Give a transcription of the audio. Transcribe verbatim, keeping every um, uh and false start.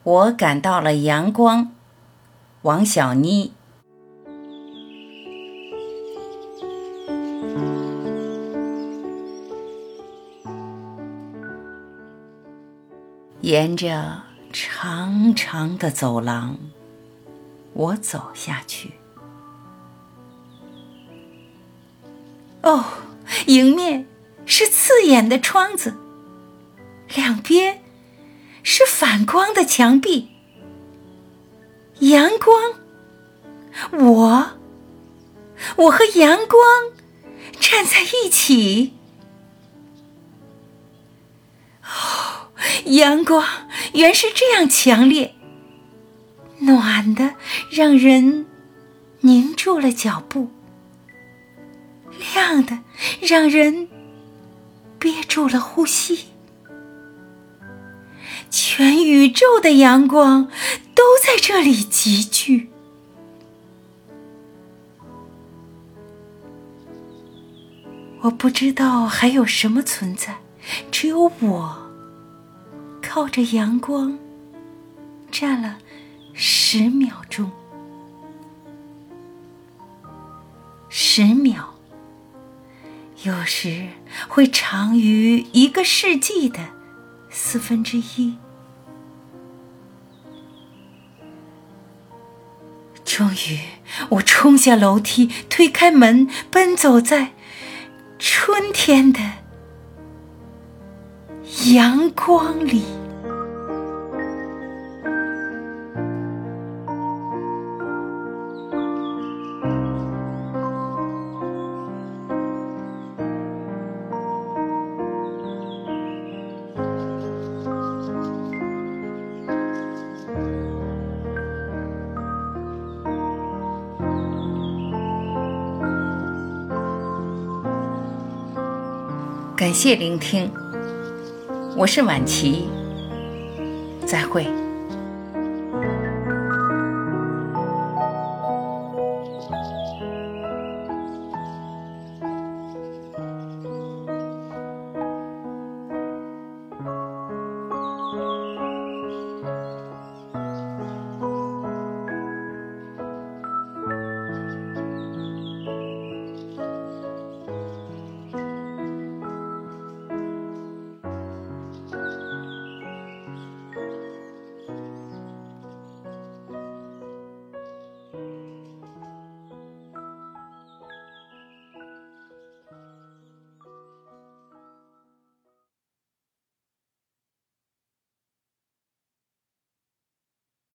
我感到了阳光。王小妮。沿着长长的走廊，我走下去。哦，迎面是刺眼的窗子，两边是反光的墙壁。阳光，我，我和阳光站在一起。哦，阳光原是这样强烈，暖的让人凝住了脚步，亮的让人憋住了呼吸。全宇宙的阳光都在这里集聚。我不知道还有什么存在，只有我靠着阳光站了十秒钟。十秒，有时会长于一个世纪的四分之一。终于，我冲下楼梯，推开门，奔走在春天的阳光里。感谢聆听，我是婉琪，再会。